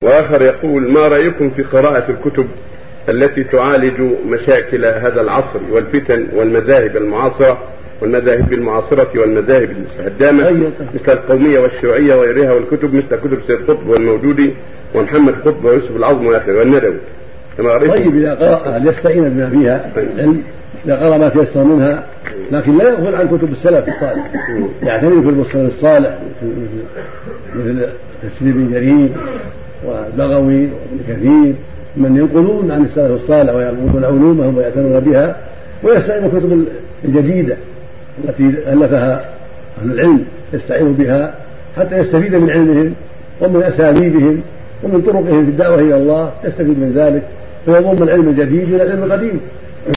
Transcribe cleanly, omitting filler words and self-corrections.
وآخر يقول: ما رأيكم في قراءة الكتب التي تعالج مشاكل هذا العصر والفتن والمذاهب المعاصرة والمذاهب الهدامة مثل القومية والشيوعية وغيرها، والكتب مثل كتب سيد قطب والمودودي ومحمد قطب ويوسف العظم والندوي؟ طيب إذا قرأ ليستعين بما فيها العلم، إذا قرأ ما تيسر منها، لكن لا يغفل عن كتب السلف الصالح، يعتني في المصطلح الصالح مثل تفسير ابن جرير والبغوي وابن كثير، من ينقلون عن السلف الصالح وينقلون علومهم ويعتنون بها، ويستعين بالكتب الجديدة التي ألفها أهل العلم، يستعين بها حتى يستفيد من علمهم ومن أساليبهم ومن طرقهم في الدعوة إلى الله، يستفيد من ذلك فيضم العلم الجديد إلى العلم القديم.